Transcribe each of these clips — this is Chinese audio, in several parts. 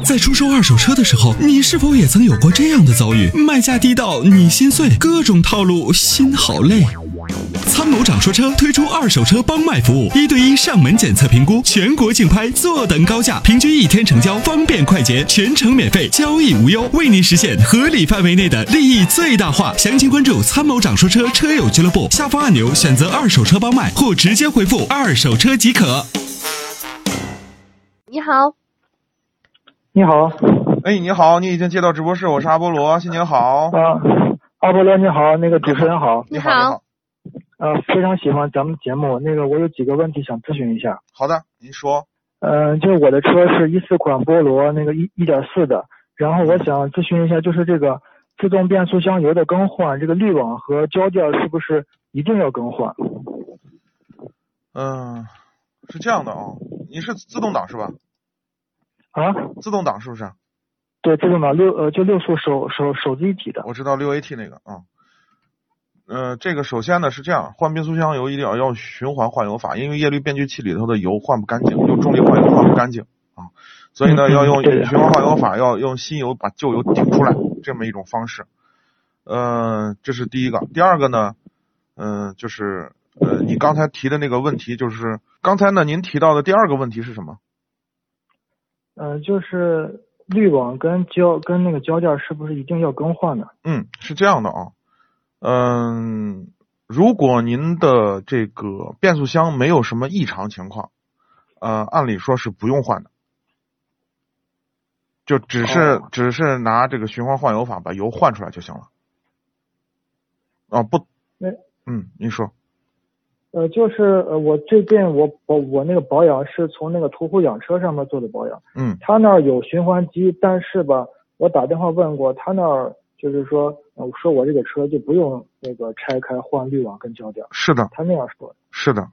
在出售二手车的时候，你是否也曾有过这样的遭遇？卖价低到你心碎，各种套路，心好累。参谋长说车推出二手车帮卖服务，1对1上门检测评估，全国竞拍，坐等高价，平均1天成交，方便快捷，全程免费，交易无忧，为您实现合理范围内的利益最大化。详情关注参谋长说车车友俱乐部，下方按钮选择二手车帮卖，或直接回复二手车即可。 你好。 你好。 哎，你好，你已经接到直播室，我是阿波罗，新年好。 阿波罗你好，那个主持人好。 你好。 非常喜欢咱们节目，那个我有几个问题想咨询一下。 好的，您说。 就是我的车是14款波罗，那个1.4的，然后我想咨询一下，就是这个自动变速箱油的更换，这个滤网和胶垫是不是一定要更换？ 是这样的啊，你是自动挡是吧？ 啊？ 自动挡是不是？ 对，自动挡就6速手自一体的。 我知道6AT 那个啊。这个首先呢是这样，换变速箱油一定要循环换油法，因为液滤变矩器里头的油换不干净，用重力换油换不干净啊，所以呢要用循环换油法，要用新油把旧油顶出来，这么一种方式。这是第一个。第二个呢，就是你刚才提的那个问题，就是刚才呢您提到的第二个问题是什么？ 就是滤网跟那个胶垫是不是一定要更换的？ 是这样的啊。如果您的这个变速箱没有什么异常情况，按理说是不用换的，就只是拿这个循环换油法把油换出来就行了。您说。 就是我最近我那个保养是从那个途虎养车上面做的保养，他那儿有循环机，但是吧，我打电话问过，他那儿就是说我这个车就不用那个拆开换滤网跟胶垫。 是的， 他那样说的。 是的。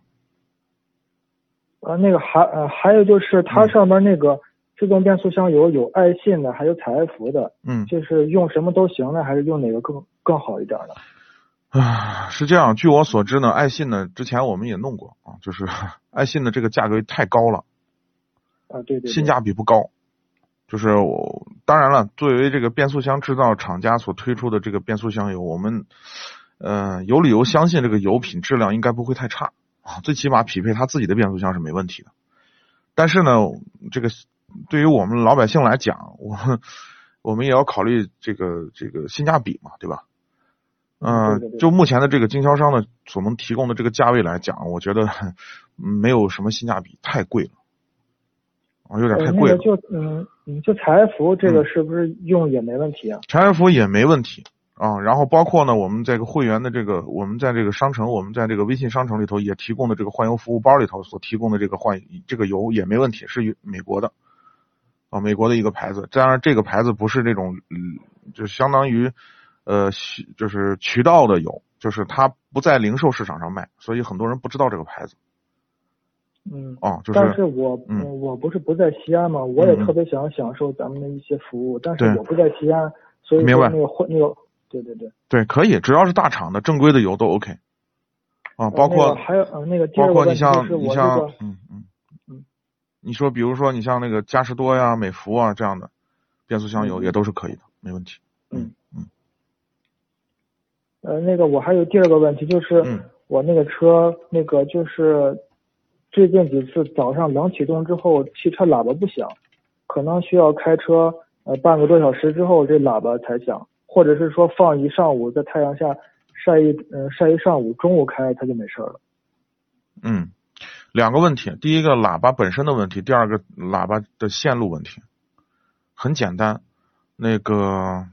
那个还有就是它上面那个自动变速箱油有爱信的，还有采埃孚的，就是用什么都行呢，还是用哪个更好一点呢？ 是这样，据我所知呢，爱信呢之前我们也弄过啊，就是爱信的这个价格太高了。 对， 性价比不高。就是当然了，作为这个变速箱制造厂家所推出的这个变速箱油，我们有理由相信这个油品质量应该不会太差啊，最起码匹配他自己的变速箱是没问题的。但是呢，这个对于我们老百姓来讲，我们也要考虑这个性价比嘛，对吧？就目前的这个经销商的所能提供的这个价位来讲，我觉得没有什么性价比，太贵了。有点太贵了。 就采埃孚这个是不是用也没问题啊？ 采埃孚也没问题啊。然后包括呢，我们这个会员的这个，我们在这个商城，我们在这个微信商城里头也提供的这个换油服务包里头所提供的这个油也没问题，是美国的啊，美国的一个牌子。当然这个牌子不是这种就相当于就是渠道的油，就是它不在零售市场上卖，所以很多人不知道这个牌子。 但是我不是不在西安嘛，我也特别想享受咱们的一些服务，但是我不在西安，所以说那个对， 可以，只要是大厂的正规的油都 OK 啊，包括还有那个第二个问题就是我这个你说比如说你像那个嘉实多呀、美孚啊这样的变速箱油也都是可以的，没问题。 那个我还有第二个问题，就是我那个车那个就是最近几次早上冷启动之后，汽车喇叭不响，可能需要开车半个多小时之后这喇叭才响，或者是说放一上午在太阳下晒一上午，中午开它就没事了。 两个问题，第一个喇叭本身的问题，第二个喇叭的线路问题。很简单，那个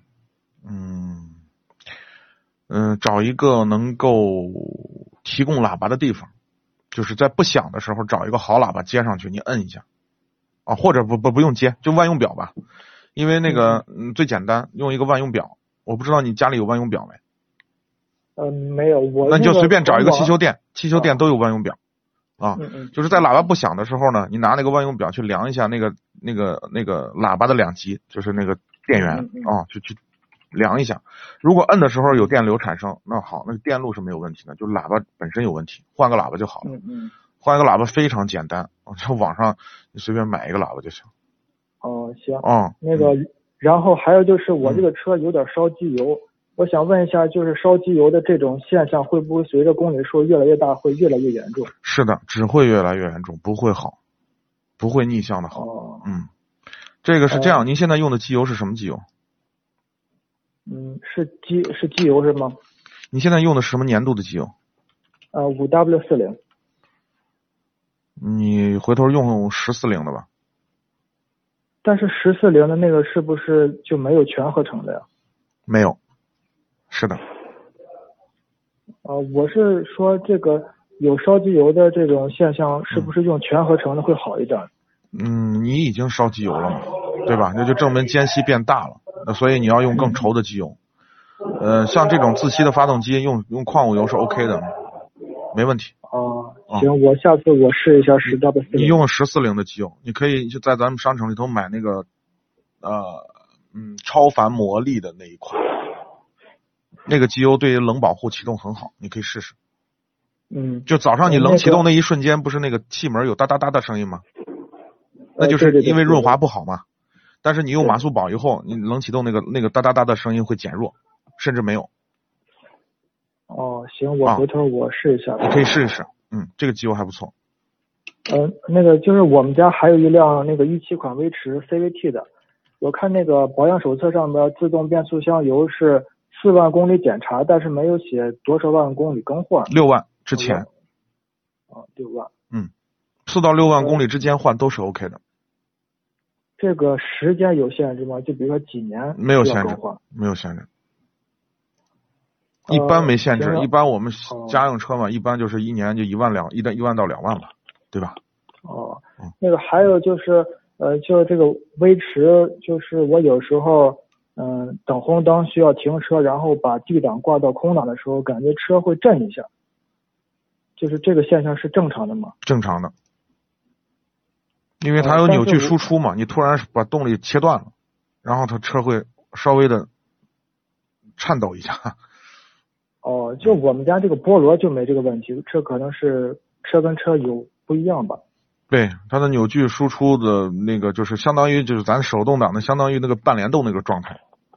找一个能够提供喇叭的地方，就是在不响的时候找一个好喇叭接上去，你摁一下啊，或者不用接，就万用表吧，因为那个最简单，用一个万用表。我不知道你家里有万用表没？ 没有。 那你就随便找一个汽修店都有万用表啊。就是在喇叭不响的时候呢，你拿那个万用表去量一下那个喇叭的两极，就是那个电源啊，去量一下。如果摁的时候有电流产生，那好，那个电路是没有问题的，就喇叭本身有问题，换个喇叭就好了。换一个喇叭非常简单，在网上你随便买一个喇叭就行。 行。那个，然后还有就是我这个车有点烧机油，我想问一下，就是烧机油的这种现象会不会随着公里数越来越大会越来越严重？ 是的，只会越来越严重，不会好，不会逆向的好。这个是这样，您现在用的机油是什么机油？ 是机油是吗？ 你现在用的是什么年度的机油 ？5W40。 你回头用14.0的吧。 但是14.0的那个是不是就没有全合成的呀？ 没有。是的。 我是说这个有烧机油的这种现象，是不是用全合成的会好一点？ 你已经烧机油了嘛，对吧？那就证明间隙变大了，所以你要用更稠的机油。像这种自吸的发动机用矿物油是 OK 的，没问题。 行，我下次我试一下10W40。 你用14.0的机油，你可以就在咱们商城里头买那个超凡魔力的那一款，那个机油对冷保护启动很好，你可以试试。就早上你冷启动那一瞬间，不是那个气门有哒哒哒的声音吗？那就是因为润滑不好嘛。但是你用马速宝以后，你冷启动那个哒哒哒的声音会减弱，甚至没有。 行，我回头我试一下。 你可以试一试，这个机油还不错。 那个就是我们家还有一辆那个17款威驰 CVT 的，我看那个保养手册上的自动变速箱油是4万公里检查，但是没有写多少万公里更换。 6万之前。 6万。 4到6万公里之间换都是 OK 的。 这个时间有限制吗？就比如说几年？ 没有限制，没有限制。一般没限制，一般我们家用车嘛，一般就是1年就1万到2万吧，对吧？ 那个还有就是就是这个威驰，就是我有时候等红灯需要停车，然后把 D 档挂到空档的时候，感觉车会震一下，就是这个现象是正常的吗？ 正常的，因为它有扭矩输出嘛，你突然把动力切断了，然后它车会稍微的颤抖一下。 就我们家这个菠萝就没这个问题，这可能是车跟车有不一样吧。 对，它的扭矩输出的那个就是相当于就是咱手动挡的相当于那个半联动那个状态。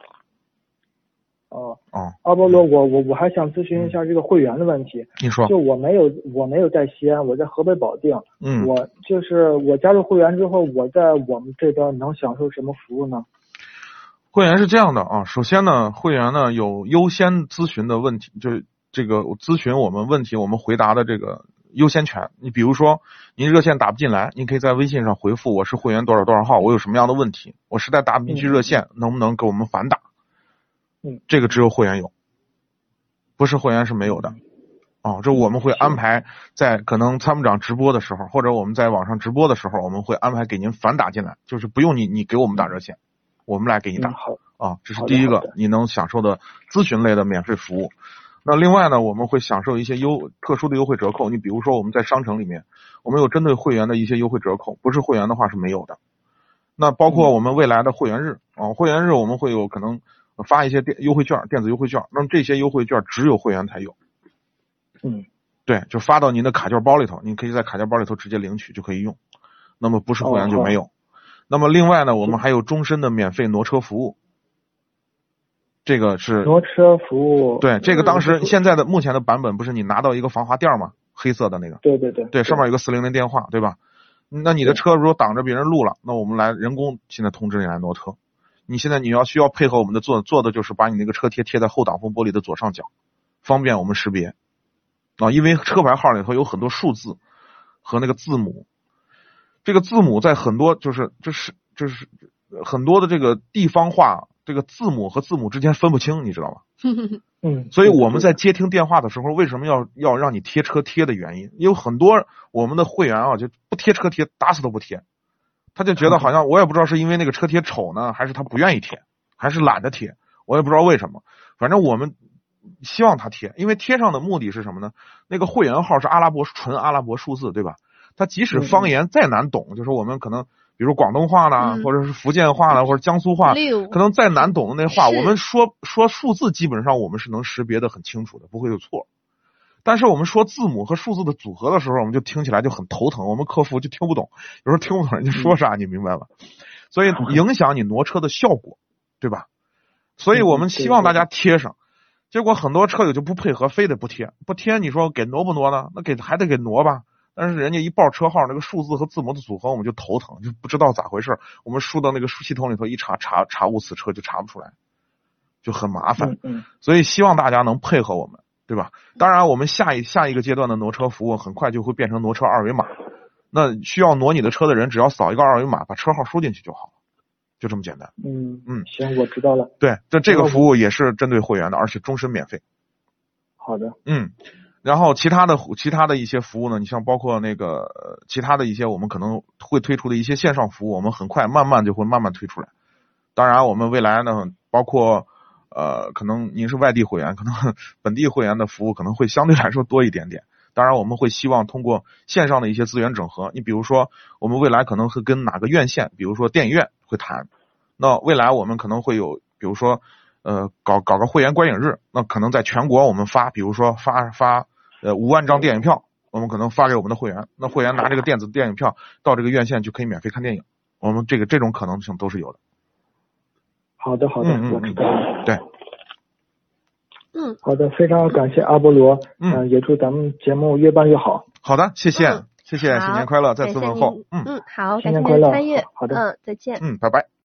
菠萝， 我还想咨询一下这个会员的问题。 你说。 就我没有在西安，我在河北保定。我加入会员之后，我在我们这边能享受什么服务呢？ 会员是这样的首先呢，会员呢有优先咨询的问题，就是这个咨询我们问题，我们回答的这个优先权。你比如说您热线打不进来，您可以在微信上回复我是会员多少多少号，我有什么样的问题，我实在打不进去热线，能不能给我们反打？这个只有会员有，不是会员是没有的。这我们会安排在可能参谋长直播的时候，或者我们在网上直播的时候，我们会安排给您反打进来，就是不用你给我们打热线，我们来给你打。这是第一个你能享受的咨询类的免费服务。那另外呢，我们会享受一些特殊的优惠折扣。你比如说我们在商城里面，我们有针对会员的一些优惠折扣，不是会员的话是没有的。那包括我们未来的会员日会员日我们会有可能发一些优惠券，电子优惠券，那么这些优惠券只有会员才有。对，就发到您的卡券包里头，您可以在卡券包里头直接领取就可以用，那么不是会员就没有。那么另外呢，我们还有终身的免费挪车服务。这个是挪车服务。 对，这个当时现在的目前的版本不是你拿到一个防滑垫吗？黑色的那个。对，上面有个400电话，对吧？那你的车如果挡着别人路了，那我们来人工现在通知你来挪车。你现在需要配合我们的做的就是把你那个车贴在后挡风玻璃的左上角，方便我们识别。因为车牌号里头有很多数字和那个字母，这个字母在很多就是很多的这个地方话，这个字母和字母之间分不清，你知道吗？所以我们在接听电话的时候，为什么要让你贴车贴的原因，有很多我们的会员就不贴车贴，打死都不贴，他就觉得好像我也不知道是因为那个车贴丑呢，还是他不愿意贴，还是懒得贴，我也不知道为什么，反正我们希望他贴，因为贴上的目的是什么呢？那个会员号是纯阿拉伯数字，对吧？他即使方言再难懂，就是我们可能比如广东话呢，或者是福建话呢，或者江苏话，可能再难懂的那话，我们说数字基本上我们是能识别的很清楚的，不会有错。但是我们说字母和数字的组合的时候，我们就听起来就很头疼，我们客服就听不懂，有时候听不懂人家说啥，你明白吧？ 所以影响你挪车的效果，对吧？所以我们希望大家贴上。结果很多车友就不配合，非得不贴，不贴你说给挪不挪呢？那还得给挪吧。但是人家一报车号，那个数字和字母的组合我们就头疼，就不知道咋回事。我们输到那个系统里头一查无此车就查不出来，就很麻烦。所以希望大家能配合我们，对吧？当然我们下一个阶段的挪车服务很快就会变成挪车二维码。那需要挪你的车的人只要扫一个二维码，把车号输进去就好了。就这么简单。 行，我知道了。 对，这个服务也是针对会员的，而且终身免费。 好的。 然后其他的一些服务呢，你像包括那个其他的一些我们可能会推出的一些线上服务，我们很快慢慢推出来。当然，我们未来呢，包括可能您是外地会员，可能本地会员的服务可能会相对来说多一点点。当然，我们会希望通过线上的一些资源整合。你比如说，我们未来可能会跟哪个院线，比如说电影院会谈。那未来我们可能会有，比如说，搞个会员观影日。那可能在全国我们比如说发5万张电影票，我们可能发给我们的会员。那会员拿这个电子电影票到这个院线就可以免费看电影。我们这种可能性都是有的。 好的，我知道了。 对。 好的，非常感谢阿波罗。也祝咱们节目越办越好。 好的，谢谢，谢谢，新年快乐，再次问候。 好， 新年快乐， 参与。 好的， 再见。 拜拜。